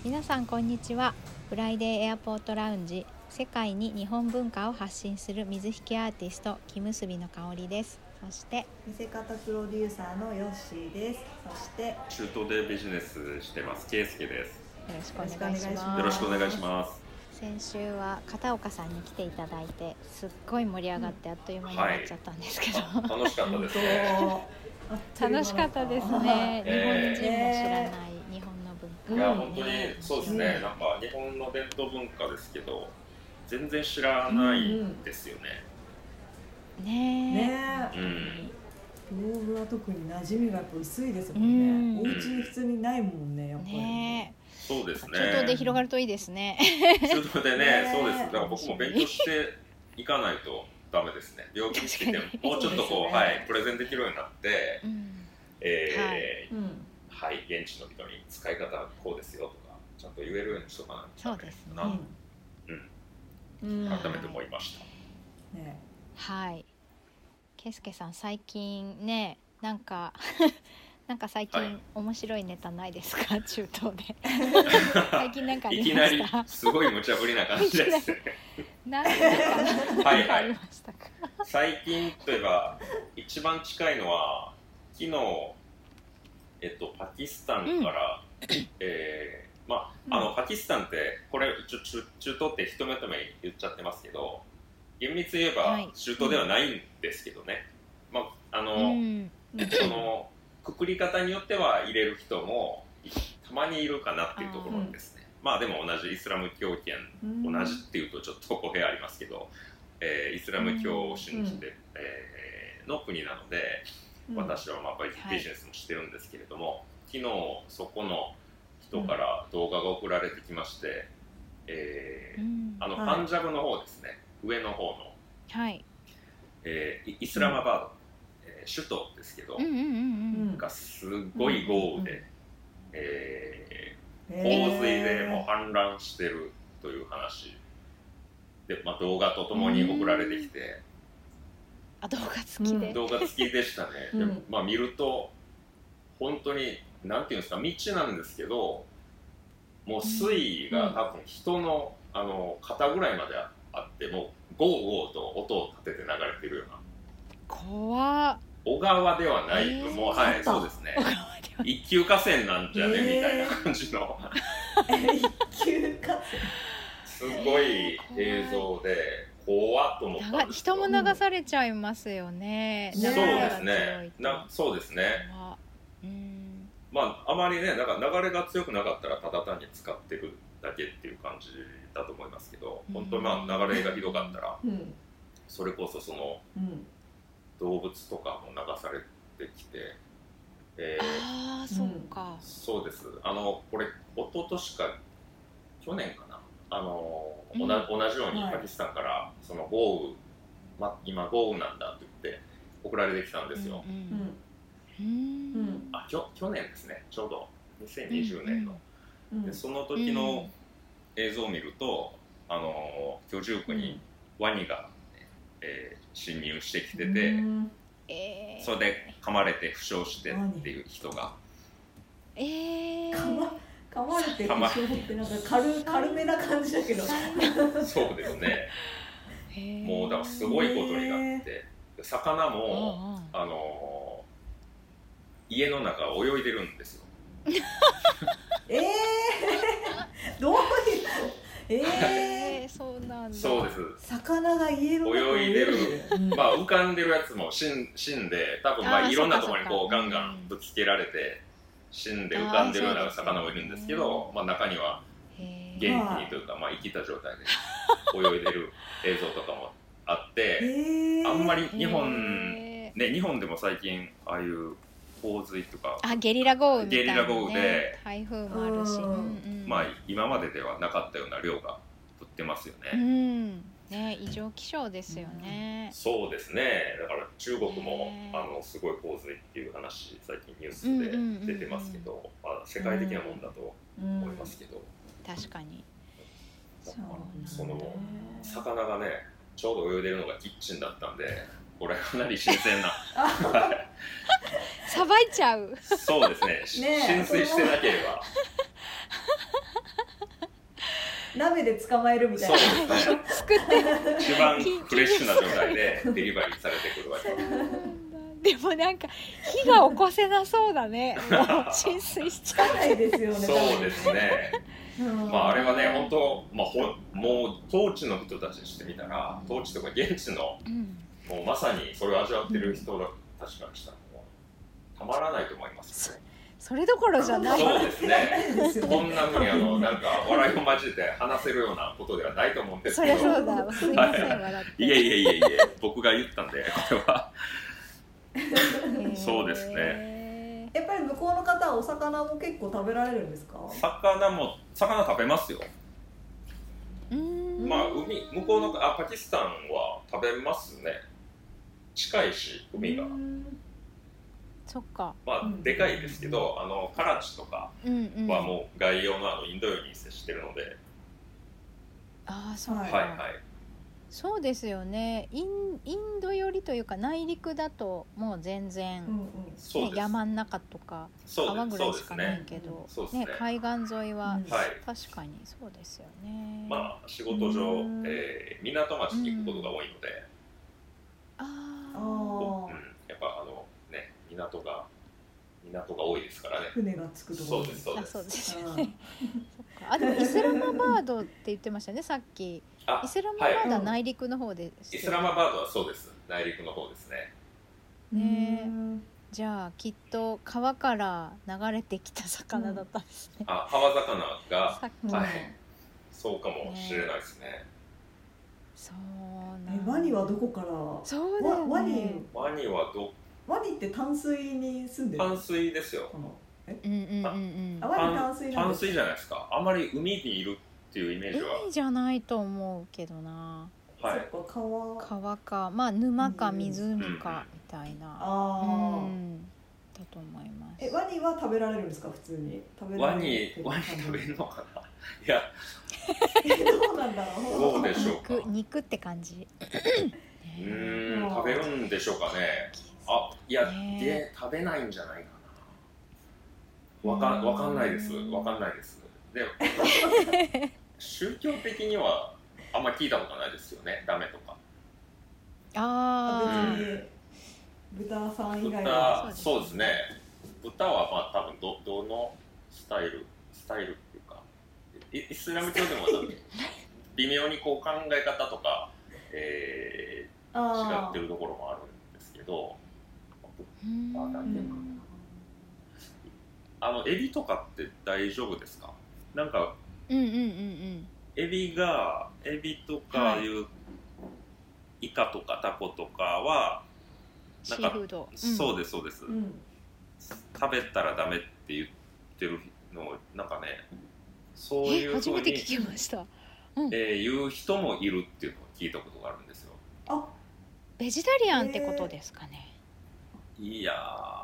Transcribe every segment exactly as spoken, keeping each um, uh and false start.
皆さんこんにちは。フライデーエアポートラウンジ、世界に日本文化を発信する水引アーティスト木結びの香りです。そして見せ方プロデューサーのヨッシーです。そして中東でビジネスしてますケイスケです。 よろしくお願いします。 よろしくお願いします。 先週は片岡さんに来ていただいてすっごい盛り上がってあっという間になっちゃったんですけど、 はい、楽しかったですね楽しかったですね、えー、日本人も知らない日本の文化、 いや本当にそうですね、なんか日本の伝統文化ですけど全然知らないですよね、 うん、ねえねえ、うん、道具は特に馴染みがやっぱ薄いですもんね、うん、お家に普通にないもんね、やっぱり ね, ねそうですね。 中東で広がるといいですね中東で ね, ねそうです。だから僕も勉強していかないとダメですね。病気についてももうちょっとこう、ね、はい、プレゼンできるようになって、うん、えーはい、はい、現地の人に使い方はこうですよとかちゃんと言えるようにしとかないとそうですね、 うんうん、改めて思いました、 ね、 はい。ケイスケさん最近ね、なんかなんか最近、はい、面白いネタないですか？中東で最近なんかありました？ いきなりすごい無茶ぶりな感じですねなんかはいはい、 最近といえば一番近いのは昨日、えっと、パキスタンから、うんえーまあ、あのパキスタンってこれ中, 中東って一目とめ言っちゃってますけど厳密に言えば中東ではないんですけどね、はいまああのうん、そのくくり方によっては入れる人もたまにいるかなっていうところですね。あまあでも同じイスラム教圏、うん、同じっていうとちょっと語弊ありますけど、えー、イスラム教を信じて、うんえー、の国なので、うん、私はまあビジネスもしてるんですけれども、はい、昨日そこの人から動画が送られてきまして、えーうん、あのパンジャブの方ですね、はい、上の方の、 はいえー、イスラマバード、うん首都ですけど、うんうんうんうん、がすごい豪雨で、うんうんえー、洪水でもう氾濫してるという話で、まあ、動画とともに送られてきて、 あ動画付きで、 うん、動画付きでしたね、うん、でまあ、見ると本当になんていうんですか道なんですけどもう水位が多分人の、あの肩ぐらいまであってもうゴーゴーと音を立てて流れてるような怖っ小川ではない、えー、もうはいそうですね一級河川なんじゃね、えー、みたいな感じの一級河川すごい映像で怖っと思ったんですけど人も流されちゃいますよね、 うん、そうですねなそうですねうんまああまりねなんか流れが強くなかったらただ単に使ってるだけっていう感じだと思いますけど本当にまあ流れがひどかったら、うん、それこそその、うん動物とかも流されてきて、 えー、ああ、そっか、 うん、そうですあのこれ一昨年か去年かなあの、うん、同じようにパキスタンからその豪雨、ま、今豪雨なんだって言って送られてきたんですよ、うんうんうん、あきょ去年ですねちょうどにせんにじゅうねんの、うんうん、でその時の映像を見るとあの居住区にワニが、えー侵入してきてて、えー、それで噛まれて負傷してっていう人が、 えー、 噛, ま噛まれて負傷ってなんか 軽, 軽めな感じだけどそうですねもうだからすごいことになって魚もあの家の中を泳いでるんですよえー、どういうえー、 そうなんだそうです魚が家の中泳いでるまあ浮かんでるやつも死 ん, 死んで多分まあいろんなところにこうガンガンぶつけられて死んで浮かんでるような魚もいるんですけど、まあ、中には元気にというか、まあ、生きた状態で泳いでる映像とかもあってあんまり日本、ね、日本でも最近ああいう洪水とかあゲリラ豪雨みたいな、ね、 ゲリラ豪雨で台風もあるし、うんうんまあ、今までではなかったような量が降ってますよね、 うんね、異常気象ですよね、 うん、そうですねだから中国もあのすごい洪水っていう話最近ニュースで出てますけど、うんうんうんうんまあ、世界的なもんだと思いますけど、 うん、確かにそうその魚がねちょうど泳いでるのがキッチンだったんでこれかなり新鮮なさばいちゃうそうですね浸水してなければ鍋で捕まえるみたいそうな。 ですね。 作って一番フレッシュな状態でデリバリーされてくるわけ。 でもなんか火が起こせなそうだね。もう浸水しちゃう。 ないですよね。 そうですね。 うんまああれはね、本当、まあ、ほもう当地の人たちにしてみたら、当地とか現地のうんもうまさにそれを味わってる人たちからしたらもうたまらないと思いますよ。 それどころじゃない。 そうですね。 ですよねこんなふうにあのなんか笑いを交えて話せるようなことではないと思うんですそけど。 りゃそうだ。すいません、 はい笑って。 いえいえいえいえ、僕が言ったんでこれは。 へーそうですね。 やっぱり向こうの方はお魚も結構食べられるんですか？ 魚も魚食べますよ。 うーん。 まあ海向こうのあパキスタンは食べますね。近いし海が、 うんそっか。 まあでかいですけど、あのカラチとかうんうん。 はもう外洋のあのインド洋に接してるので、 ああ、そっか。 はいはいはい。 そうですよね。インインド寄りというか内陸だともう全然、 うんうんね、 そうです。 山ん中とかそう川ぐらですそうですいしかないね。 けど、 そうですねね、海岸沿いはうんはい。 確かにそうですよね。 まあ仕事上う、んえー港町に行くことが多いので、 ああーうんー、 やっぱあのね港が港が多いですからね。 船がつくところそうですそうあ、 です。 そうですようんね。そっか。あ、でもイスラマバードって言ってましたね、さっき。 あイスラマバードは内陸の方でイすよね。 スラマバードはそうです。内陸の方ですね。 ねうんじゃあきっと川から流れてきた魚だったんですね。 あ、川魚がさっきの。 はいそうかもしれないですね。 そうなえんワニはどこから？ そうだよね。 ワワニワニはどワニって淡水に住んでる？ 淡水ですよ。 このうんうんうんうんあ。ワニ淡水なんです淡水じゃないですか。あまり海にいるっていうイメージは。 海じゃないと思うけどな。 はい。 そっか川。 川かまあ沼かうん湖かみたいな。 あうあ。 んだと思います。 えワニは食べられるんですか普通に？食べらワれるニワニ食べるのかな。いやえどうなんだろう。 どうでしょうか。 肉肉って感じ。 うーん食べるんでしょうかね。あいやねで食べないんじゃないかな。わかわかんないです。わかんないです。で宗教的にはあんま聞いたことないですよね。ダメとか。 ああ。 別に豚さん以外豚は。 そうですね。豚はまあ多分どどのスタイルスタイルっていうかイイスラム教でも微妙にこう考え方とか、えー、違あってるところもあるんですけど、 うん豚だけかな。あのエビとかって大丈夫ですか？なんかうんうんうんうん。 エビがエビとかいう、イカとかタコとかはシなんかーフード。 そうですそうです、 あ。うん。 食べたらダメって言ってるのをなんかねそうえいうふうに、 初めて聞きました。 えー言う人もいるっていうのを聞いたことがあるんですよ。 あベジタリアンってことですかね。 いや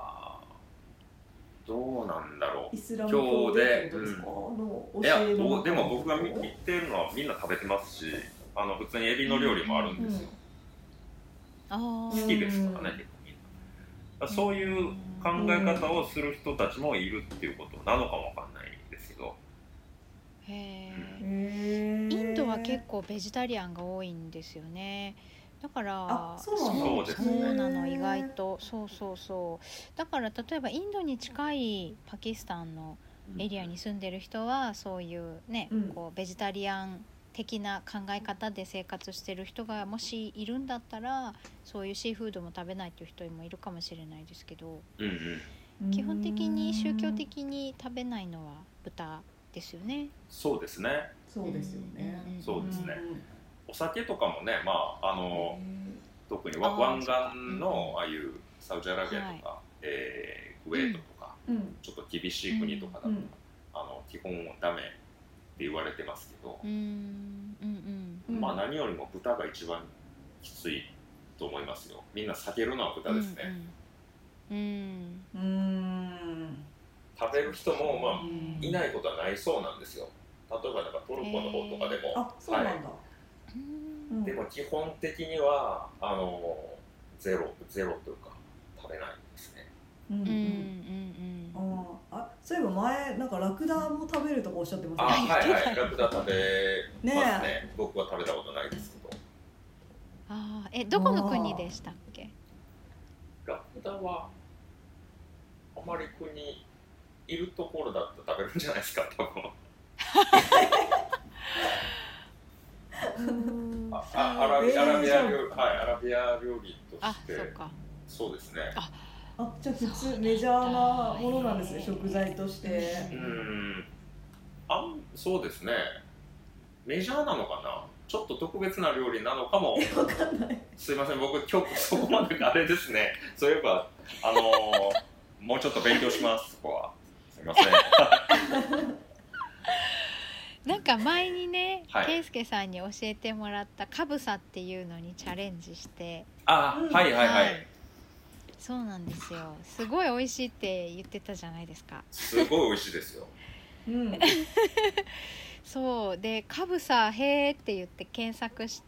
ーどうなんだろう。 イスラム教でってことですか？ 今の教いやえの僕でも僕が見言ってるのはみんな食べてますし、あの普通にエビの料理もあるんですよ。 ああ。 好きですからね、結構みんな。そういう考え方をする人たちもいるっていうことなのかもわかんないですけど、 へえ。 へーインドは結構ベジタリアンが多いんですよね。だからあそうなんだそうですねそうなの意外とそうそうそうだから例えばインドに近いパキスタンのエリアに住んでる人はそういうね、 うんこうベジタリアン的な考え方で生活してる人がもしいるんだったらそういうシーフードも食べないっていう人もいるかもしれないですけどうんうん、 基本的に宗教的に食べないのは豚ですよね。 そうですね。 そうですよね。 うんうんうんそうですね。 んお酒とかもね、まああの特にわあー湾岸そうかのああいうサウジアラビアとか、えークウェートとか、 うんちょっと厳しい国とかだと、 うんあの基本ダメって言われてますけど、 うんうんうんまあ何よりも豚が一番きついと思いますよ。みんな避けるのは豚うんですね。 うんうんうーん食べる人もまあうんいないことはないそうなんですよ。例えばなんかトルコの方とかでも、 あそうなんだ、 うんうんでも基本的にはあのゼロゼロというか食べないんですね。 うんうんうんうんうんああ、そういえば前なんかラクダも食べるとかおっしゃってまあ、 したね。 はいはい、ラクダ食べますね。 ね僕は食べたことないですけど。 あーえどこの国でしたっけ？ ラクダはあまり国いるところだったら食べるんじゃないですか、多分。ああアラビアラビア料理、はい、アラビア料理とあしてそうかそうですね。 ああ、じゃあ普通メジャーなものなんですね、食材として。 うーんあんそうですね。メジャーなのかな。ちょっと特別な料理なのかも。 わかんない。 すいません、僕今日そこまであれですね。そういえばあのー、もうちょっと勉強します。そこはすいません。 なんか前にね、 はい圭介さんに教えてもらったカブサっていうのにチャレンジして、 あ、 うんはいはいはい。 はいそうなんですよ。すごい美味しいって言ってたじゃないですか。 すごい美味しいですよ。 うん。 そうでカブサへーって言って検索して、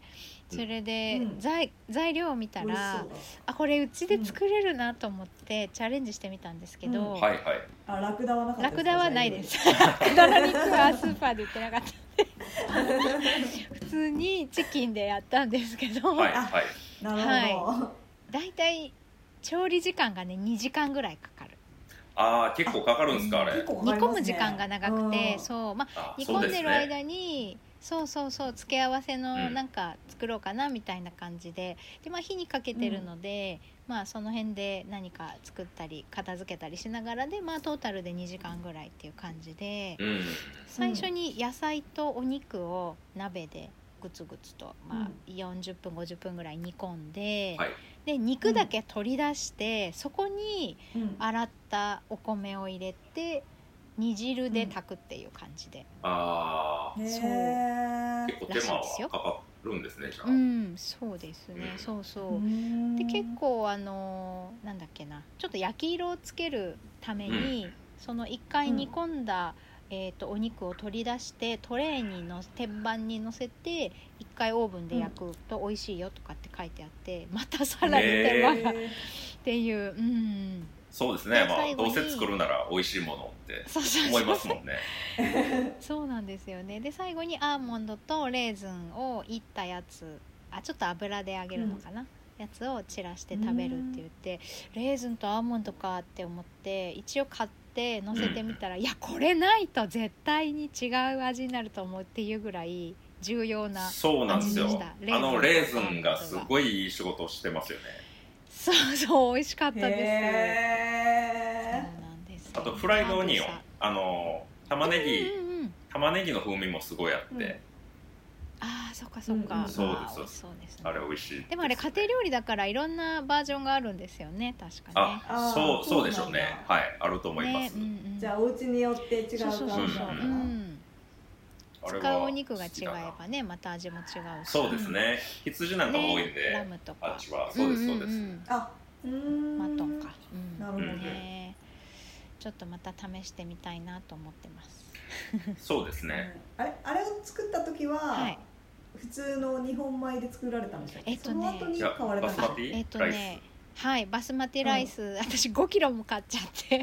それでうん材、材料を見た美味しら、 そうあこれうちで作れるなと思ってチャレンジしてみたんですけど、 うんはいはい。 だ。あ、ラクダはなかったですか？ ラクダはないです。ラクダの肉はスーパーで売ってなかったんで普通にチキンでやったんですけど、 はいはい。 なるほど。 だいたい調理時間がねにじかんぐらいかかる。 ああ、結構かかるんですかあれ。 結構かか煮りますね込む時間が長くて、 うんそうまああ煮込んそうですねでる間にそうそうそう付け合わせのうんなんか作ろうかなみたいな感じで、でまあ火にかけてるので、まあその辺で何か作ったり片付けたりしながらで、まあトータルでにじかんぐらいっていう感じで、 うん。 最初に野菜とお肉を鍋でグツグツと、まあ、よんじゅっぷんごじゅっぷんぐらい煮込んで、 はい。 で肉だけ取り出して、そこにうん洗ったお米を入れて煮汁で炊くっていう感じで、 ああ、 へそうー結構手間はかかるんですねじゃあ。 うんそうですね、 うんそうそうう、 んで結構あのーなんだっけなちょっと焼き色をつけるために、その一回煮込んだ、えー、とお肉を取り出してトレーにの鉄板に乗せて一回オーブンで焼くと美味しいよとかって書いてあって、またさらに手間がっへていう、うんそうですね。まあで最後にどうせ作るなら美味しいものってそうそうそう思いますもんね。 そうなんですよね。で最後にアーモンドとレーズンをいったやつ、あちょっと油で揚げるのかな、やつを散らして食べるって言って、レーズンとアーモンドかって思って一応買って乗せてみたら、いやこれないと絶対に違う味になると思うっていうぐらい重要な、 そうなんですよ。 味でしたレーズンあのレーズンがすごいいい仕事をしてますよね。 そうそう美味しかったです。そうえなんですよ。 あとフライドオニオンカブサ、 あの玉ねぎ、 うんうんうん、 玉ねぎの風味もすごいあって、 うんああそっかそっか、 うんうんそうですあー美味しそうですね。 あれ美味しいですね。 でもあれ家庭料理だからいろんなバージョンがあるんですよね、確かね。 あ、 あーそうそうでしょうそうなんね。 だはい、あると思います。 ねうんうん、 じゃあお家によって違うそうそうそうそう、 うんうん、 あれは使うお肉が違え好きだなばねまた味も違うし、 そうですね。羊なんかも多いんで、 ね、ラムとかあっちはそうですそうです。 んんんあ、うーんマトンか、うん、 なるほどねちょっとまた試してみたいなと思ってます。 そうですね。 あれあれを作った時は、 はい普通の日本米で作られたんでしたっけ？ えっとねその後にじゃ買われたんバスマですか？ えっ、とティライス。 ねはいバスマティライス、私ごキロも買っちゃって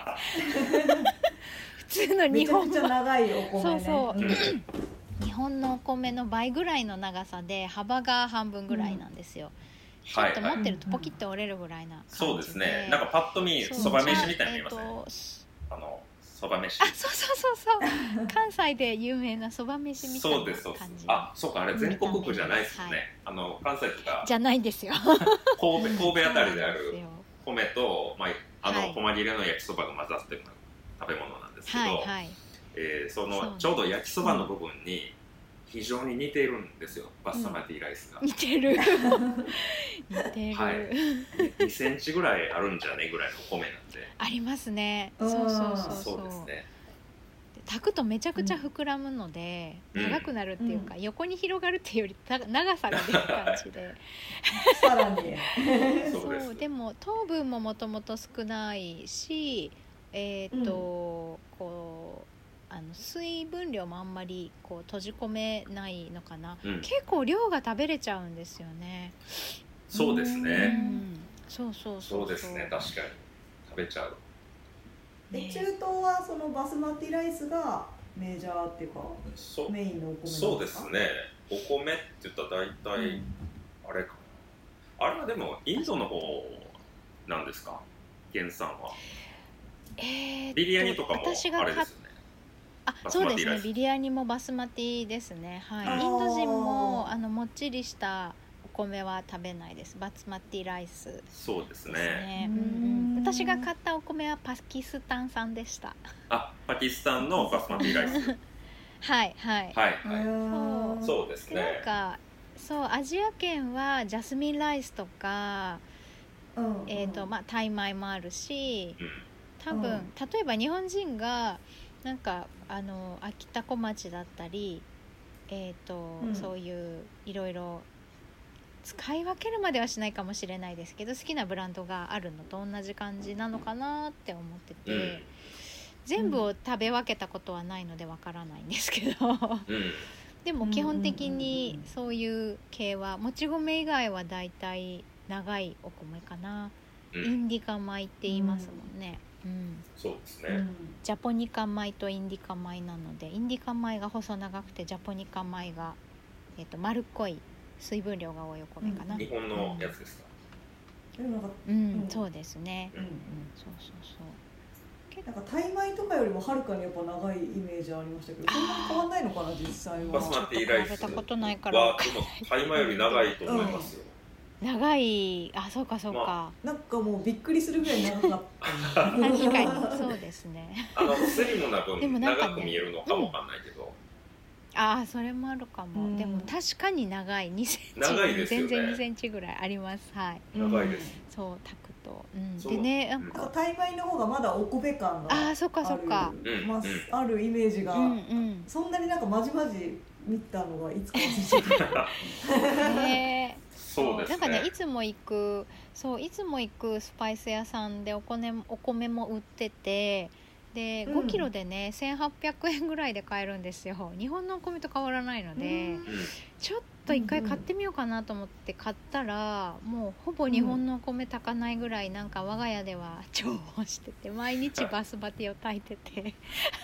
普通のめちゃ日本くちゃ長いお米ね。 そうそううん日本のお米の倍ぐらいの長さで幅が半分ぐらいなんですよ、ちょっと持ってるとポキッと折れるぐらいな感じで、 そうですね。なんかパッと見そうそば飯みたいに見えますね。 えーとあのそば飯。 あそうそうそうそう関西で有名なそば飯みたいなそうですそうです感じ。 あ、そうかあれ全国区じゃないですよね。 はいあの関西とかじゃないんですよ神戸神戸あたりであるそうなんですよ米とまああはいの細切れの焼きそばが混ざってる食べ物なんですけど、 はいはいえーそそうなんですのちょうど焼きそばの部分に非常に似ているんですよ。バスマティライスが。 似てる似てる、 はいにセンチぐらいあるんじゃねぐらいの米なんで。 ありますね。 うんそうそうそうそそううですね。 炊くとめちゃくちゃ膨らむので、 うん長くなるっていうか、横に広がるっていうよりた長さが出る感じでさらに。 そうです。 でも糖分ももともと少ないしえっ、と、 うんこうあの水分量もあんまりこう閉じ込めないのかな、 うん結構量が食べれちゃうんですよね。 そうですうね。 ん、そうそうそうそうですね。確かに。 食べちゃう。 で中東はそのバスマティライスがメジャーっていうかメインのお米なんですか？ そうですね。お米って言ったら大体、うん、あれかな。あれはでもインドの方なんですか？原産は。 えー、 ビリヤニとかもあれですよね。 あ、そうですね。ビリヤニもバスマティですね。はい。インド人もあのもっちりしたお米は食べないです。バスマティライスですね。 そうですね。 うんうん、私が買ったお米はパキスタン産でした。 あ、パキスタンのバスマティライス。 はいはいはいはい。そう、そうですね。 なんかそうアジア圏はジャスミンライスとか、うん、えっとまあタイ米もあるし、多分、うん、例えば日本人がなんかあの秋田小町だったり、えーとうん、そういういろいろ使い分けるまではしないかもしれないですけど、好きなブランドがあるのと同じ感じなのかなって思ってて、うん、全部を食べ分けたことはないのでわからないんですけど、うん、でも基本的にそういう系はもち米以外はだいたい長いお米かな、うん、インディカ米って言いますもんね、うん、 そうですね、 うん、ジャポニカ米とインディカ米なので、インディカ米が細長くてジャポニカ米が、えーと、丸っこい水分量が多いお米かな、 うん、日本のやつですか？ うん、うん、そうですね、うんうん、そうそうそう、 なんかタイ米とかよりもはるかにやっぱ長いイメージありましたけど、そんなに変わんないのかな実際は。 バスマティライスはでもタイ米より長いと思いますよ、 うん、長い、あ、そうかそうか、 まあ、なんかもうびっくりするぐらい長かった確かにそうですねあのスリムな分長く見えるのかもわかんないけど、 うん、ああそれもあるかも、うん、でも確かに長いにセンチ、 長いですよね、 全然にセンチぐらいあります、はい、 長いです、 そう炊くと、うん、でね、なんかタイ米の方がまだお米感がある、 あ、そっかそっか、 まあ、うん、あるイメージが、うんうん、そんなになんかまじまじ見たのがいつか忘れちゃったねそうですね、 なんかね、いつも行くそういつも行くスパイス屋さんでお米、お米も売ってて、でごキロでね、うん、せんはっぴゃくえんぐらいで買えるんですよ。日本のお米と変わらないので、うん、ちょっと一回買ってみようかなと思って買ったら、うん、もうほぼ日本のお米炊かないぐらい、なんか我が家では重宝してて、毎日バスマティを炊いてて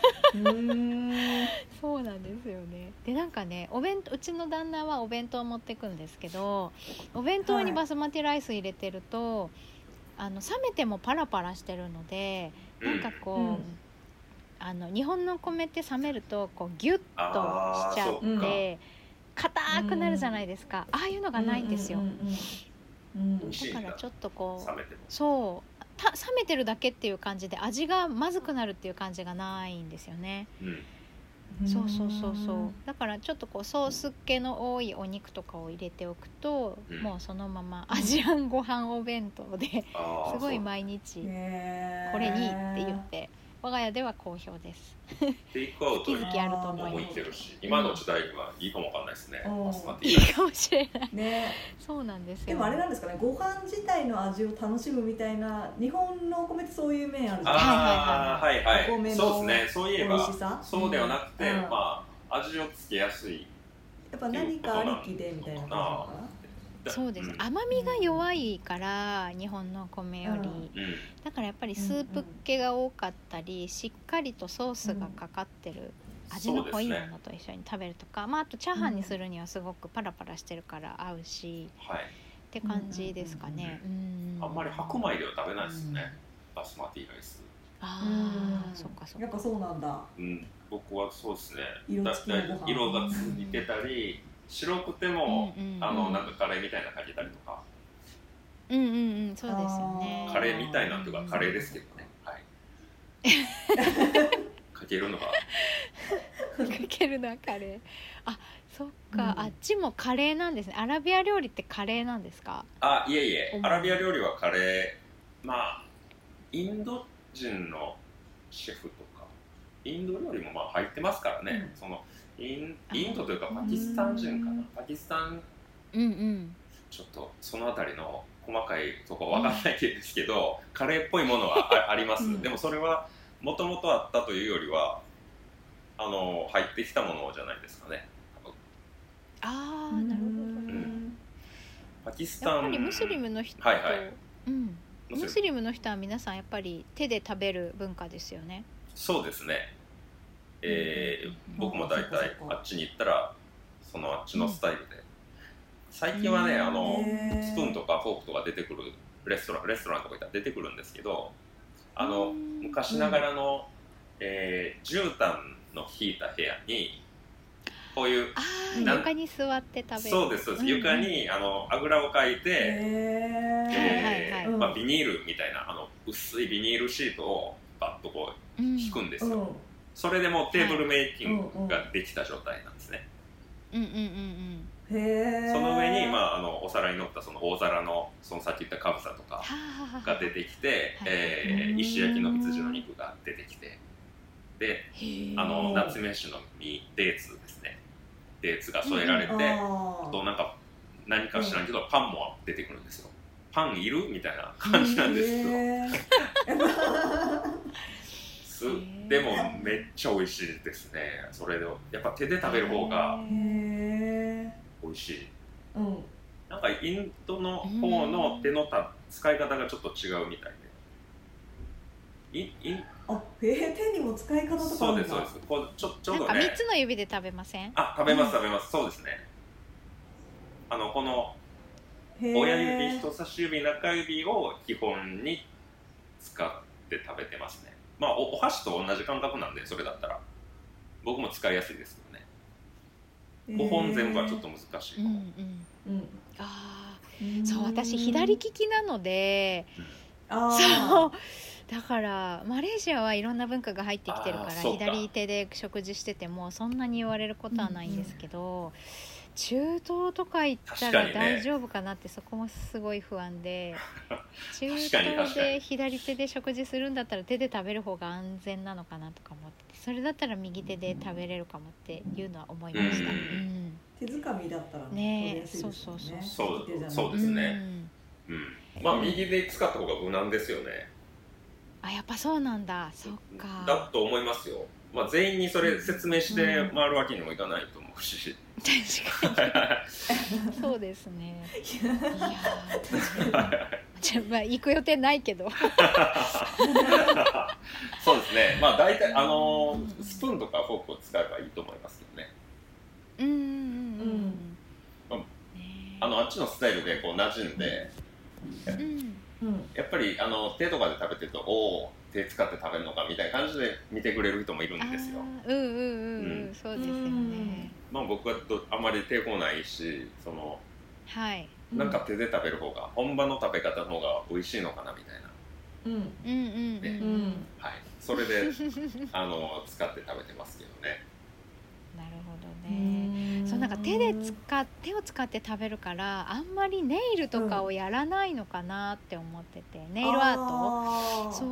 そうなんですよね。でなんかね、お弁当、うちの旦那はお弁当を持ってくんですけど、お弁当にバスマティライス入れてると、はい、あの冷めてもパラパラしてるので、なんかこう、うん、あの日本のお米って冷めるとこうギュッとしちゃって硬くなるじゃないですか、ああいうのがないんですよ、うんうんうん、だからちょっとこうそうた冷めてるだけっていう感じで味がまずくなるっていう感じがないんですよね、うん、そうそうそうそう、だからちょっとこうソース気の多いお肉とかを入れておくと、うん、もうそのままアジアンご飯お弁当ですごい毎日これいいって言って我が家では好評です。 テイクアウトに好き好きあると思います。 向いてるし、今の時代にはいいかもわかんないですね。 いいかもしれない。 ね、 そうなんですよ。 でもあれなんですかね、ご飯自体の味を楽しむみたいな、日本のお米ってそういう面あるじゃないですか。 ああ、はいはい。 お米のそうですね。そういえば美味しさ、 そうではなくて、うん、まあ味をつけやすい。 やっぱ何かありきでみたいな感じなのかな。 そうです、うん、甘みが弱いから日本の米より、うん、だからやっぱりスープ系が多かったり、うん、しっかりとソースがかかってる、うん、味の濃いものと一緒に食べるとか、まあ、あとチャーハンにするにはすごくパラパラしてるから合うし、うん、って感じですかね、 うんうん、あんまり白米では食べないですね、うん、バスマティライス。 ああ、そっかそっか、 やっぱそうなんだ、 うん、僕はそうですね、 色付きのご飯、 色がついてたり、白くても、うんうんうん、あのなんかカレーみたいなかけたりとか、 うんうんうん、そうですよね。 カレーみたいなというかカレーですけどね、はい。かけるのはかけるのはカレー。あ、そっか、うん、あっちもカレーなんですね。アラビア料理ってカレーなんですか？ あ、いえいえ、アラビア料理はカレー、まあインド人のシェフとかインド料理もまあ入ってますからね、うん、そのイン, インドというかパキスタン人かな、パキスタン、 うんうん、 ちょっとそのあたりの細かいとこわかんないですけど、うん、カレーっぽいものは あ, あります、うん、でもそれはもともとあったというよりはあの入ってきたものじゃないですかね。 ああ、なるほど、うん、 パキスタンやっぱりムスリムの人、 はいはい、 うん、 ムスリムの人は皆さんやっぱり手で食べる文化ですよね。 そうですね、えー、僕も大体あっちに行ったらそのあっちのスタイルで、うん、最近はね、あのスプーンとかフォークとか出てくるレストランレストランとか行ったら出てくるんですけど、あの昔ながらの、うんえー、絨毯の引いた部屋にこういうあ床に座って食べる。 そうですそうです、うんうん、床にあのあぐらをかいて、えーまあ、ビニールみたいなあの薄いビニールシートをバッとこう引くんですよ、うん、それでもうテーブルメイキングができた状態なんですね、 うんうんうんうんへその上に、まあ、あのお皿に乗ったその大皿のそのさっき言ったカブサとかが出てきて、えー、石焼きの羊の肉が出てきて、であのナツメッシュの実デーツですね、デーツが添えられて、うん、あとなんか何か知らんけど、うん、パンも出てくるんですよ。パンいるみたいな感じなんですけどすでもめっちゃ美味しいですね。それでやっぱ手で食べる方が美味しい、うん、なんかインドの方の手のた使い方がちょっと違うみたいで、いいあ、えー、手にも使い方とかあるんだ。 そうですそうです。こうちょちょうどね。 なんかみっつの指で食べません？ あ、食べます食べます。そうですね。あのこの親指、人差し指、中指を基本に使って食べてますね。まあ お, お箸と同じ感覚なんで、それだったら僕も使いやすいですけどね。ごほん全部はちょっと難しいかも。うんうんうん、ああ、そう私左利きなので、 うん、あそうだからマレーシアはいろんな文化が入ってきてるから左手で食事しててもそんなに言われることはないんですけど、うんうん、中東とか行ったら大丈夫かなって、そこもすごい不安で中東で左手で食事するんだったら手で食べる方が安全なのかなとか思って、それだったら右手で食べれるかもっていうのは思いました、うんうん、 手づかみだったらね、ねそうそうそうそうそうですね、うんうん、まあ右で使った方が無難ですよね。 あ、やっぱそうなんだ。そっかだと思いますよ。まあ、全員にそれ説明して回るわけにもいかないと思うし、 うん、確かにそうですね。いや確かにじゃあ、まあ、行く予定ないけどそうですね。まあ大体あのー、スプーンとかフォークを使えばいいと思いますけどね。 うんうんうんうん、 まあ、あのあっちのスタイルでこう馴染んで、うんうん、やっぱりあの手とかで食べてるとおお手使って食べるのかみたいな感じで見てくれる人もいるんですよ。 うんうんうんうん、そうですよね。 まあ僕はあんまり抵抗ないし、その、 はい、 なんか手で食べる方が本場の食べ方の方が美味しいのかなみたいな。 うんうんうんね、うん、はい、それであの使って食べてますけどね。 なるほどね。そうなんか手で使っ手を使って食べるからあんまりネイルとかをやらないのかなって思ってて、うん、ネイルアート、そう、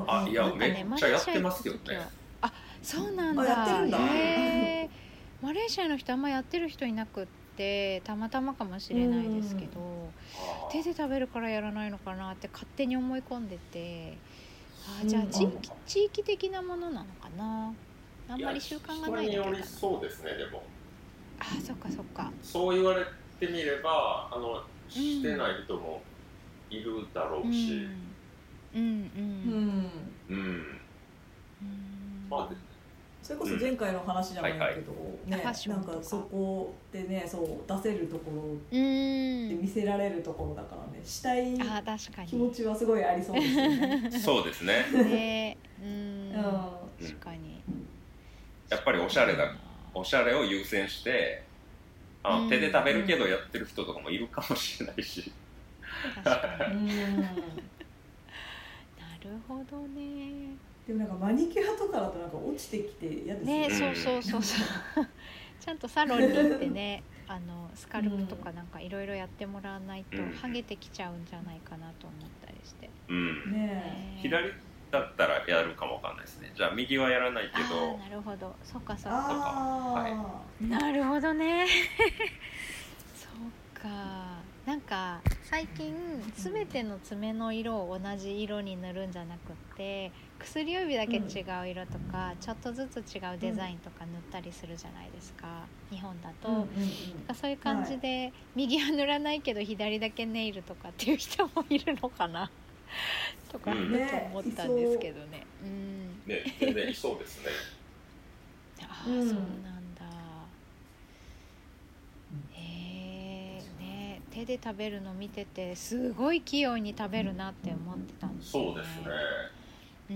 あ、いや、ね、めっちゃやってますけどね。 あ、そうなんだ。 やってるんだ。 へー、マレーシアの人あんまやってる人いなくってたまたまかもしれないですけど、手で食べるからやらないのかなって勝手に思い込んでて、あ、じゃあ地域、地域的なものなのかな。あんまり習慣がないだけかな。 人によりそうですね。でもあ、そっかそっか。 そう言われてみればあのしてない人もいるだろうし、 うんうんうんうん、うん、まあそれこそ前回の話じゃないけど、うん、ね、はいはい、なんかそこでね、そう出せるところで見せられるところだからね、したい気持ちはすごいありそうですよね。 そうですね。 ね、うん、確かに。 やっぱりおしゃれだ、おしゃれを優先してあの、うん、手で食べるけどやってる人とかもいるかもしれないし。 確かに。なるほどね。 でもなんかマニキュアとかだとなんか落ちてきて嫌ですね。 ね、そうそうそうそう。ちゃんとサロンに行ってね、あのスカルプとかなんかいろいろやってもらわないと剥げてきちゃうんじゃないかなと思ったりして。 うん。ね、左だったらやるかもわかんないですね。じゃあ右はやらないけど。 なるほど。そっかそっか。はい、なるほどね。そっか。なんか最近すべての爪の色を同じ色に塗るんじゃなくって薬指だけ違う色とか、うん、ちょっとずつ違うデザインとか塗ったりするじゃないですか、うん、日本だと、うんうんうん、そういう感じで、はい、右は塗らないけど左だけネイルとかっていう人もいるのかな。 とか思ったんですけどね。うん、 ね、全然いそうですね。 ああ、そうなんだ。へえ、ね、手で食べるの見ててすごい器用に食べるなって思ってたんですよね。 そうですね。 うん、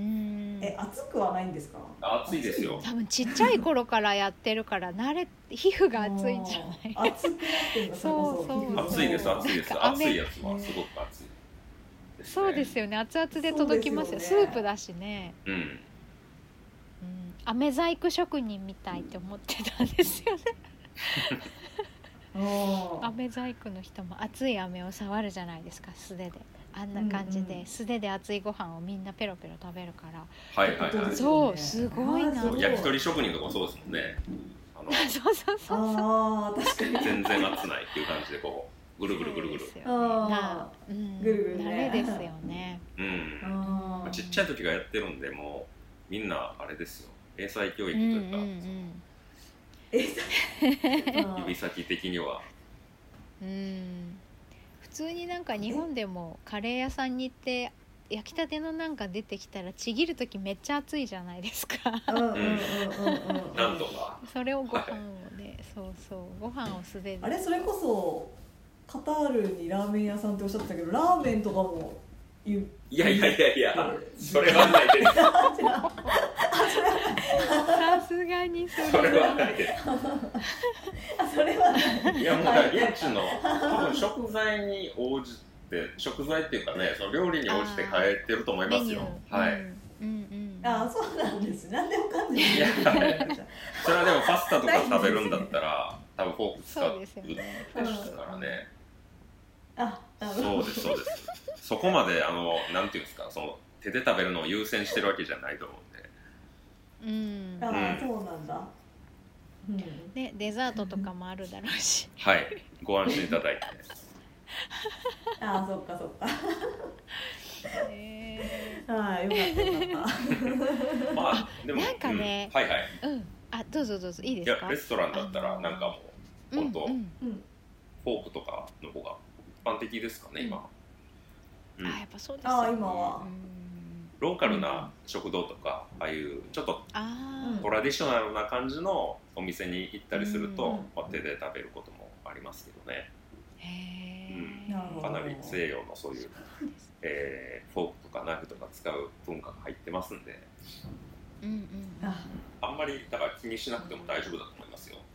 え、熱くはないんですか？ 熱いですよ。 多分ちっちゃい頃からやってるから慣れ、皮膚が熱いんじゃない？ 熱くなってるの。 そうそう。 熱いです、熱いです。熱いやつはすごく熱い。 ね、そうですよね。熱々で届きますよ。スープだしね。 うん。うん、 飴細工職人みたいって思ってたんですよね。飴細工の人も熱い飴を触るじゃないですか、素手で。あんな感じで、うんうん、素手で熱いご飯をみんなペロペロ食べるから。 はいはいはい。 そうすごいな。 焼き鳥職人とかそうですもんね。 あのそうそうそうそう。 ああ、確かに。 全然熱ないっていう感じでこうぐるぐるぐるぐる。 そうですよね。な、うん、ぐるぐるね。慣れですよね。 うん。まあ、ちっちゃい時がやってるんで、もうみんなあれですよ。英才教育というか。うんうんうん、 英才。 指先的には。 うん。普通になんか日本でもカレー屋さんに行って焼きたてのなんか出てきたらちぎるときめっちゃ熱いじゃないですか。 うんうんうんうんうん。 なんとか。 それをご飯をね、はい、そうそうご飯を素手で。 あれそれこそカタールにラーメン屋さんっておっしゃってたけど、ラーメンとかもいやいやいやいや、それはないです。 さすがにそれは。 それはないです。 それはない。 いやもうだ現地の多分食材に応じて食材っていうかね、その料理に応じて変えてると思いますよ。はい。うんうん。あ、そうなんです。なんでもかんでも。 いや、それはでもパスタとか食べるんだったら多分フォーク使うですからね。 あ、 そうですそうです。そこまであのなんていうんですか、その手で食べるのを優先してるわけじゃないと思うんで。うん。あ、そうなんだ。 うん、ね、デザートとかもあるだろうし。 はい、ご安心いただいて。 ああ、そっかそっか。えー、ああ、よかったよかった。 まあでもなんかね、 うん、はいはい。 うん、あ、どうぞどうぞ、いいですか。 いやレストランだったらなんかもう本当、うんうん、フォークとかの方が一般的ですかね、今。 うん、あ、やっぱそうですよね。 あ、今は。 ローカルな食堂とか、ああいうちょっとトラディショナルな感じのお店に行ったりすると、うんまあ、手で食べることもありますけどね。 へうん、かなり西洋のそういう、えー、フォークとかナイフとか使う文化が入ってますんで、 うんうん、 あんまりだから気にしなくても大丈夫だと思いますよ。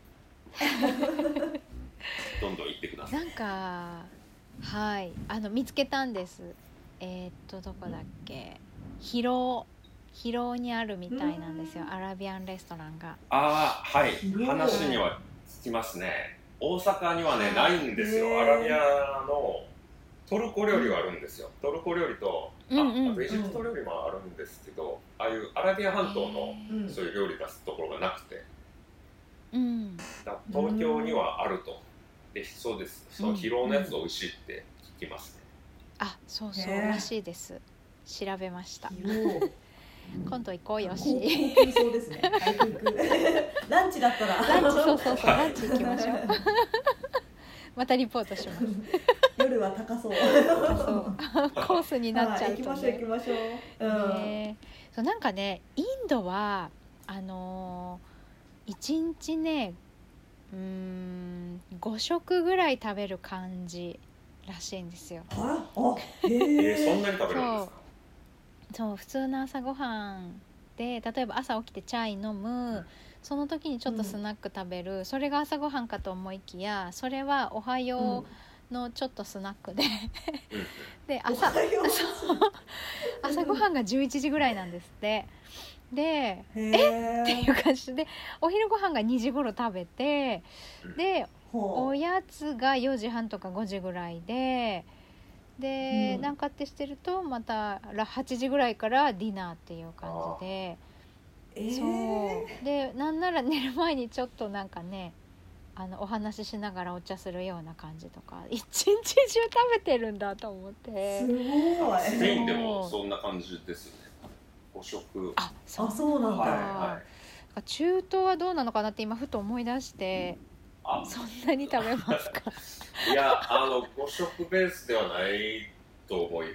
どんどん行ってください。 なんかはい、あの見つけたんです。えー、っとどこだっけ、広広尾にあるみたいなんですよ、アラビアンレストランが。 ああ、はい、話には聞きますね。大阪にはね、ないんですよ。アラビアのトルコ料理はあるんですよ。トルコ料理と、うんうん、あとエジプト料理もあるんですけど、ああいうアラビア半島のそういう料理出すところがなくて、 うん、 だ東京にはあると。で、そうです。その広尾のやつ美味しいって聞きますね。 うんうん、あ、そうそうらしいです。調べました。今度行こうよし。 高級そうですね。ランチだったら。 ランチ、そうそうそう、ランチ行きましょう。またリポートします。 夜は高そう。 そうコースになっちゃうと、ね。 行きましょう行きましょう。うんね、そうなんかね、インドはあのー、一日ね、うーんご食ぐらい食べる感じらしいんですよ。 ああ、へえー、そんなに食べるんですか。 そう、普通の朝ごはんで、例えば朝起きてチャイ飲む、その時にちょっとスナック食べる、うん、それが朝ごはんかと思いきや、それはおはようのちょっとスナックで、うん、で 朝, 朝ごはんがじゅういちじぐらいなんですって。でえっていう感じで、お昼ご飯がにじ頃食べて、でおやつがよじはんとかごじぐらいで、で、うん、なんかってしてるとまたはちじぐらいからディナーっていう感じで、えー、そうで、なんなら寝る前にちょっとなんかね、あのお話ししながらお茶するような感じとか、一日中食べてるんだと思って。 すごい。 スペインでもそんな感じですよね。ご食。 あ、 そう、あ、そうなんだ、はいはい、中東はどうなのかなって今ふと思い出して、あ、そんなに食べますか？ いや、あのご食ベースではないと思います。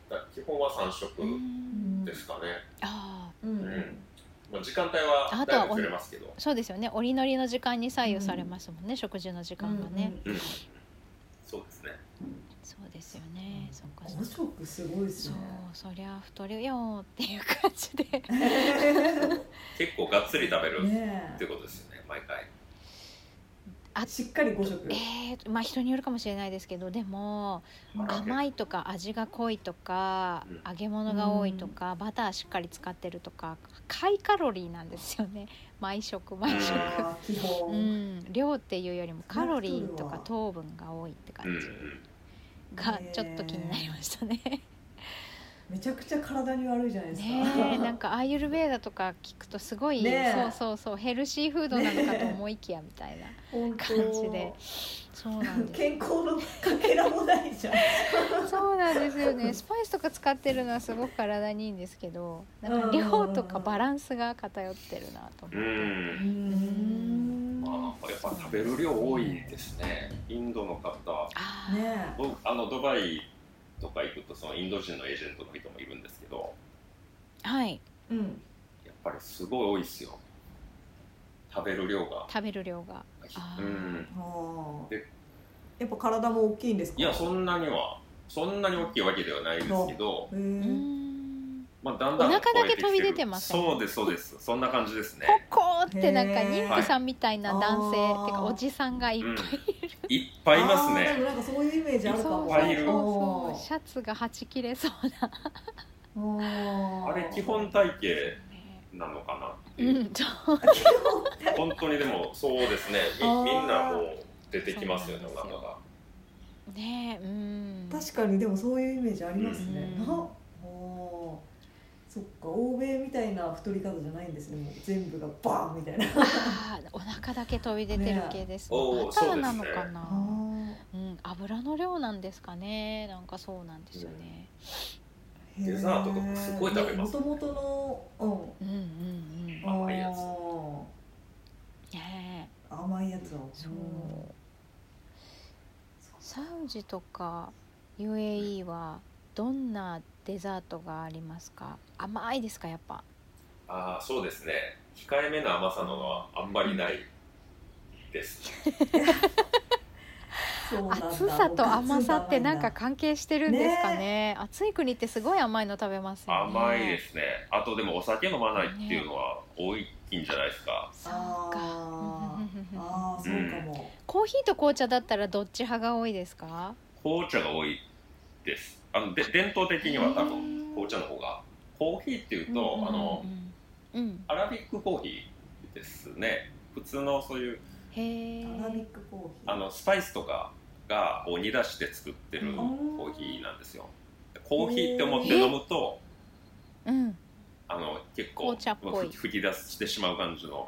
基本はさん食ですかね。 ああ、うん、まあ、時間帯はだいぶずれますけど、 そうですよね、おりのりの時間に左右されますもんね、うん、食事の時間がね、 うんうん、そうですね、 そうですよね、そっかご食すごいですね。 そう、そりゃ太るよっていう感じで結構がっつり食べるっていうことですよね、毎回。 あ、しっかりご食。 えー、まあ人によるかもしれないですけど、でも甘いとか味が濃いとか、うん、揚げ物が多いとか、うん、バターしっかり使ってるとか、ハイカロリーなんですよね、毎食毎食基本、 うん、量っていうよりもカロリーとか糖分が多いって感じがちょっと気になりましたね。 めちゃくちゃ体に悪いじゃないですか。 ね、なんかアーユルヴェーダとか聞くとすごい、ね、そうそうそうヘルシーフードなのかと思いきやみたいな感じで、そうなんです。 健康のかけらもないじゃん。 そうなんですよね。スパイスとか使ってるのはすごく体にいいんですけど、なんか量とかバランスが偏ってるなと思って。うーん、まあやっぱ食べる量多いですね。インドの方、 あ、ね、 あのドバイとか行くとそのインド人のエージェントの人もいるんですけど、 はい、 うん、 やっぱりすごい多いですよ、食べる量が。 食べる量が。 あ、うん、あ、 でやっぱ体も大きいんですか？ いや、そんなにはそんなに大きいわけではないですけど、 うーん、 まあ、だんだんお腹だけ飛び出てますね。 そうですそうです、そんな感じですね。 ポコーってなんか妊婦さんみたいな男性、はい、てかおじさんがいっぱいいる、 うん、いっぱいいますね。 でもなんかそういうイメージあるかも。 いっぱいいる。 そうそうそう、シャツがはち切れそうなあれ基本体型なのかなっていう、うん、本当にでもそうですね、み, みんなもう出てきますよね、お腹がね。うん、 確かにでもそういうイメージありますね、うん、なそっか、欧米みたいな太り方じゃないんですね、もう全部がバーンみたいな。 あ、お腹だけ飛び出てる系ですね。バターなのかな、う、ね、うん、油の量なんですかね、なんかそうなんですよね、 うん、デザートとかすごい食べます、 ね、もともとの、うん、うんうんうん、甘いやつ、 ね、 甘いやつを、 そう、サウジとか ユーエーイー はどんなデザートがありますか？甘いですか、やっぱ。 ああ、そうですね、控えめな甘さのはあんまりないですそうなんだ、 暑さと甘さってなんか関係してるんですかね。ね、暑い国ってすごい甘いの食べますよね。 甘いですね。あとでもお酒飲まないっていうのは多いんじゃないですか。 そうか。 ああ、そうかも、うん。 コーヒーと紅茶だったらどっち派が多いですか？ 紅茶が多いです。あので伝統的には多分紅茶の方が。コーヒーっていうと、うんうんうん、あの、うん、アラビックコーヒーですね。普通のそういうへアラビックコーヒー、 あのスパイスとかがを煮出して作ってるコーヒーなんですよ。コーヒーって思って飲むと、 うん、 あの結構吹き出してしまう感じの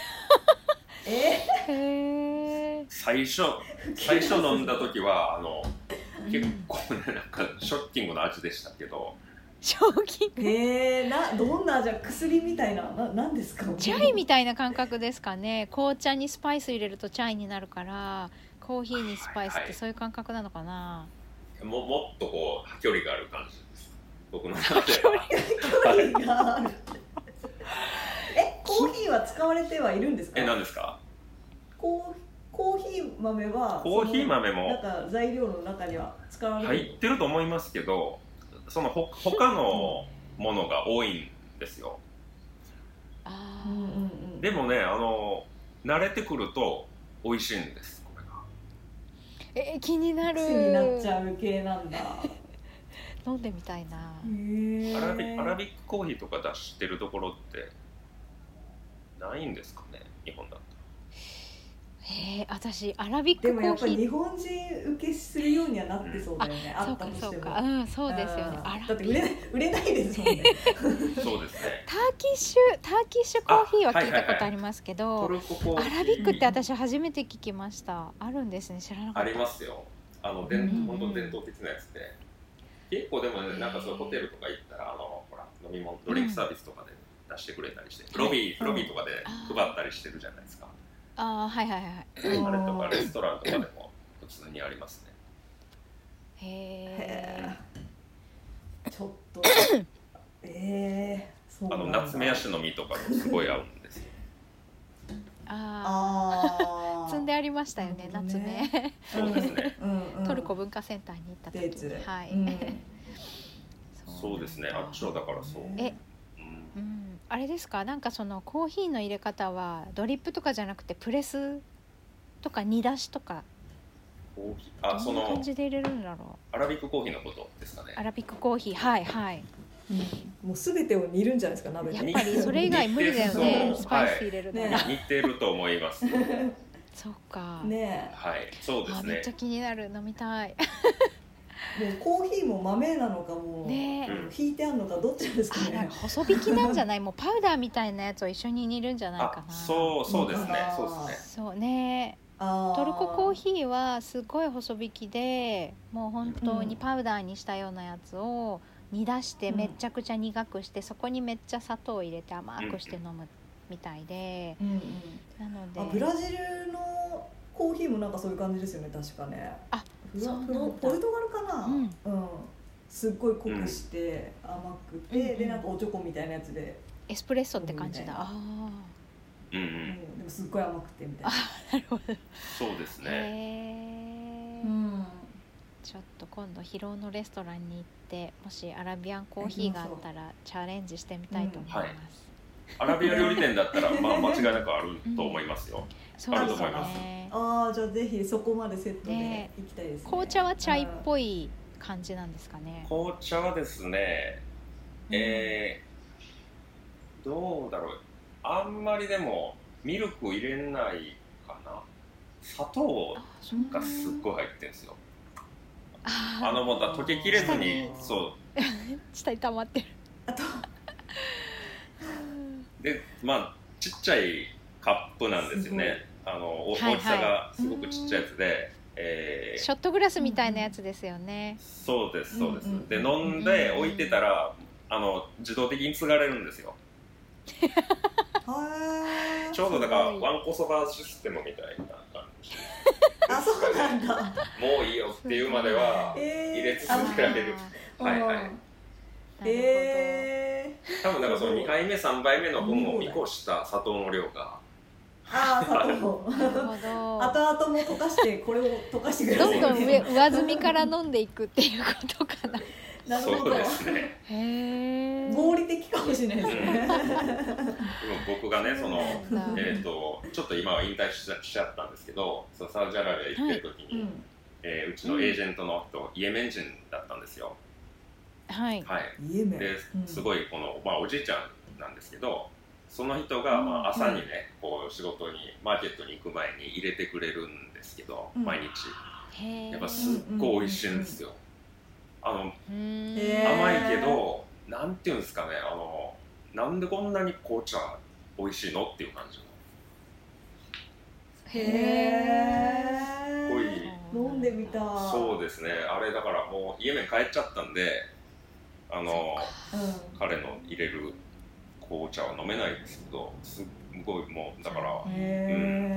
えへ最初最初飲んだ時はあの結構ね、なんかショッキングな味でしたけど。 ショッキング。 へえ、な、どんな味？薬みたいな、な、なんですか？ チャイみたいな感覚ですかね。紅茶にスパイス入れるとチャイになるから、コーヒーにスパイスってそういう感覚なのかな。 はいはい、も, もっとこう距離がある感じです。僕の中で距離がある。え、コーヒーは使われてはいるんですか？ え、何ですか？ コーコーヒー豆はコーヒー豆もなんか材料の中には使われてる？ 入ってると思いますけど、そのほ他のものが多いんですよ。 あ、 うんうんうん、 でもね、あの慣れてくると美味しいんです、これが。 えー、気になる。 癖になっちゃう系なんだ。 飲んでみたいな。 へアラビアラビックコーヒーとか出してるところってないんですかね、日本だと。 へえ、私アラビックコーヒーでもやっぱり日本人受けするようにはなってそうだよね、うん、あったとしても。 そうかそうか、うん、そうですよね。 あ、だって売れない売れないですもんね。 そうですね。 ターキッシュターキッシュコーヒーは聞いたことありますけど、はいはいはい、アラビックって私初めて聞きました。あるんですね、知らなかった。 ありますよ。あの伝統、本当伝統的なやつで、結構でもね、なんかそういうホテルとか行ったらあのほら飲み物ドリンクサービスとかで出してくれたりして、うん、ロビーロビーとかで配ったりしてるじゃないですか。 ああ、はいはいはい。 あれとかレストランとかでも普通にありますね。 へえ。 ちょっとえー、そうあのナツメヤシの実とかもすごい合うんですよ。 ああ積んでありましたよね、 ね、 夏目そうですねトルコ文化センターに行った時に、はい、うん、 そうですね、あっちはだからそうえ、うんうん、あれですか、なんかそのコーヒーの入れ方はドリップとかじゃなくてプレスとか煮出しとかコーヒー、あ、 どんな感じで入れるんだろう、アラビックコーヒーのことですかね。 アラビックコーヒー、はいはい、 うん、もうすべてを煮るんじゃないですか、鍋で。 やっぱりそれ以外無理だよね、スパイス入れるの、 はいね、似てると思いますそうかね、 はい、そうですね。 めっちゃ気になる、飲みたいもうコーヒーも豆なのかもう、ね、引いてあるのかどっちですかね。 細引きなんじゃない、もうパウダーみたいなやつを一緒に煮るんじゃないかな。 そうそうですね、そうですね。そうね。トルココーヒーはすごい細引きで、もう本当にパウダーにしたようなやつを煮出してめちゃくちゃ苦くして、うん、そこにめっちゃ砂糖を入れて甘くして飲むみたいで、うんうん、なのであブラジルのコーヒーもなんかそういう感じですよね、確かね。 あ、そうなんだ。 ポルトガルかな、うんうん、すっごい濃くして甘くて、うん、でなんかおチョコみたいなやつでエスプレッソって感じだ。あうんうん、 でもすっごい甘くてみたいな。 なるほど。 そうですね。 へー、うん、ちょっと今度広尾のレストランに行ってもしアラビアンコーヒーがあったらチャレンジしてみたいと思います、うんはい、 アラビア料理店だったらまあ間違いなくあると思いますよ、うん、あると思います。 ああ、じゃあぜひそこまでセットで行きたいですね。 紅茶はチャイっぽい感じなんですかね。 紅茶はですね、えー、どうだろう、あんまりでもミルク入れないかな。砂糖がすっごい入ってるんですよ。あ, あのもう溶けきれずに、そう下に溜まってる。あとでまあちっちゃいカップなんですよね。あの大きさがすごくちっちゃいやつで、はいはい、えー、 ショットグラスみたいなやつですよね。 そうですそうです、うんうん、で飲んで置いてたら、うん、あの自動的に継がれるんですよちょうどだからワンコそばシステムみたいな感じあ、そうなんだ。 もういいよっていうまでは入れ続けられる、えー、はいはい。 えー、多分なんかそのにかいめさんばいめの分を見越した砂糖の量がああ、砂糖後々も溶かしてこれを溶かしてください、ね、 どんどん 上, 上積みから飲んでいくっていうことかな。 なるほど。 そうですね。 へー、合理的かもしれないですね、 うん、僕がねその、えー、とちょっと今は引退 し, しちゃったんですけど、そのサウジアラビア行ってる時に、はい、えー、うちのエージェントの人、うん、イエメン人だったんですよ。 はい、 はい、イエメンですごいこの、まあ、おじいちゃんなんですけど、その人が、まあ、朝にね、うん、こう仕事にマーケットに行く前に入れてくれるんですけど、うん、毎日やっぱすっごい美味しいんですよ。あの甘いけどなんていうんですかね、あのなんでこんなに紅茶美味しいのっていう感じの。 へえ。すごい飲んでみた。 そうですね。あれだからもうイエメン帰っちゃったんで、あの、うん、彼の入れる紅茶は飲めないんですけど、すっごいもうだから、うん、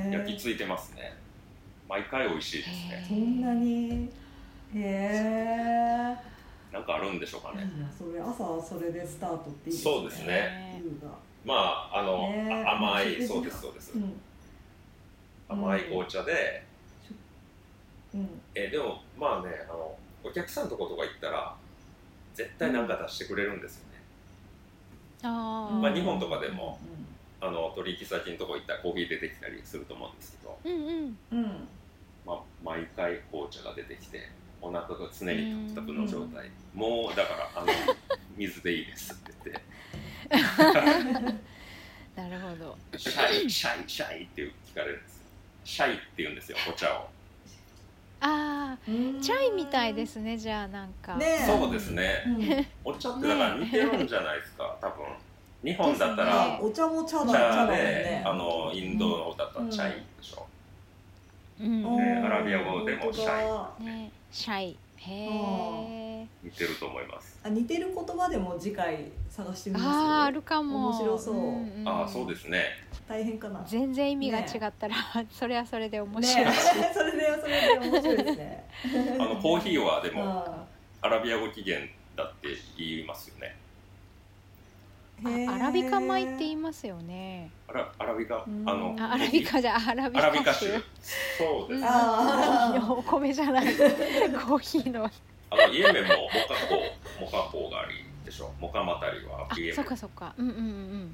焼き付いてますね。毎回美味しいですね。 そんなに。へえ。 なんかあるんでしょうかね。 それ朝それでスタートっていいですね。そうですね。まああの、ね、甘いそうですそうです、うん、甘い紅茶で、うん、えでもまあね、あのお客さんとことか行ったら絶対何か出してくれるんですよね。うん、あまあ日本とかでも、うん、あの取引先のとこ行ったらコーヒー出てきたりすると思うんですけど、うんうんうん、まあ毎回紅茶が出てきて。お腹が常にタプタプの状態、うん、もうだからあの水でいいですって言ってなるほど。 シャイシャイシャイって聞かれるんですよ。シャイって言うんですよ、お茶を。 ああ、チャイみたいですね。じゃあなんか、 ね、そうですね、うん、お茶ってだから似てるんじゃないですか、多分。日本だったら、 ね、お茶も茶だ、 茶で、ね、あのインドの方だったらチャイでしょ、うんうん、でアラビア語でもシャイ、 ね、シャイ、へえ。 似てると思います。 あ、似てる言葉でも次回探してみます。 ああ、あるかも。 面白そう。うんうん、ああ、そうですね。 大変かな。 全然意味が違ったら、ね、それはそれで面白い。ね、 それでそれで面白いですね。 あのコーヒーはでもアラビア語起源だって言いますよね。 アラビカ米って言いますよね。 アラ、アラビカ、あのアラビカじゃアラビカ種。そうですね。 お米じゃない。コーヒーの。 あのイエメンもモカコ、モカコがありでしょ。モカマタリはイエメン。 そっかそっか。うんうんうん。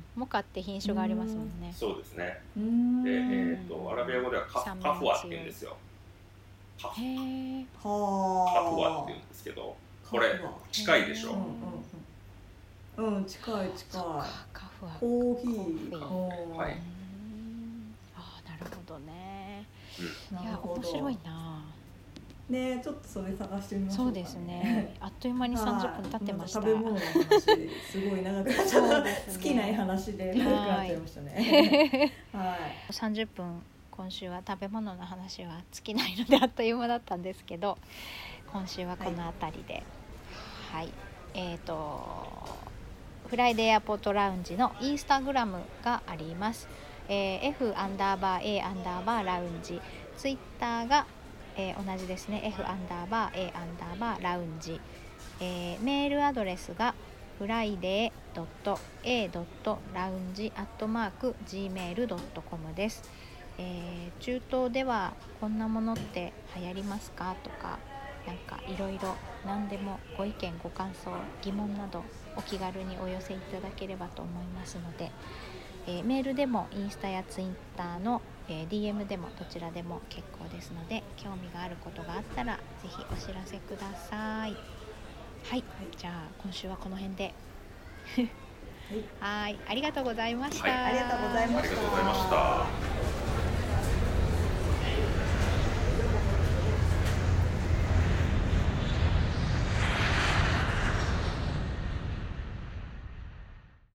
モカって品種がありますもんね。 そうですね。で、えっとアラビア語ではカカフワって言うんですよ。カフ。 へえ。 カフワって言うんですけど、これ近いでしょ。 うん、近い近い。 カフはコーヒー。 はい。 ああ、なるほどね。 うん、 いや、面白いな。 ね、ちょっとそれ探してみましょうかね。 そうですね。あっという間に三十分経ってました。 食べ物の話すごい長くなっちゃった。ね、好きない話で長くなっちゃいましたね。はい。 三十分今週は食べ物の話は尽きないのであっという間だったんですけど、今週はこの辺りで、はい、はい、えっと。フライデーエアポートラウンジのインスタグラムがあります、えー、F アンダーバー A アンダーバーラウンジ、ツイッターが、えー、同じですね。 F アンダーバー A アンダーバーラウンジ、えー、メールアドレスが フライデー ドット エー ドット ラウンジ アットマーク ジーメール ドット コム です、えー、中東ではこんなものって流行りますかとか、なんかいろいろ何でもご意見ご感想疑問などお気軽にお寄せいただければと思いますので、えー、メールでもインスタやツイッターの、えー、ディーエム でもどちらでも結構ですので、興味があることがあったらぜひお知らせください。はい、はい、じゃあ今週はこの辺ではい、ありがとうございました。 はい、ありがとうございました。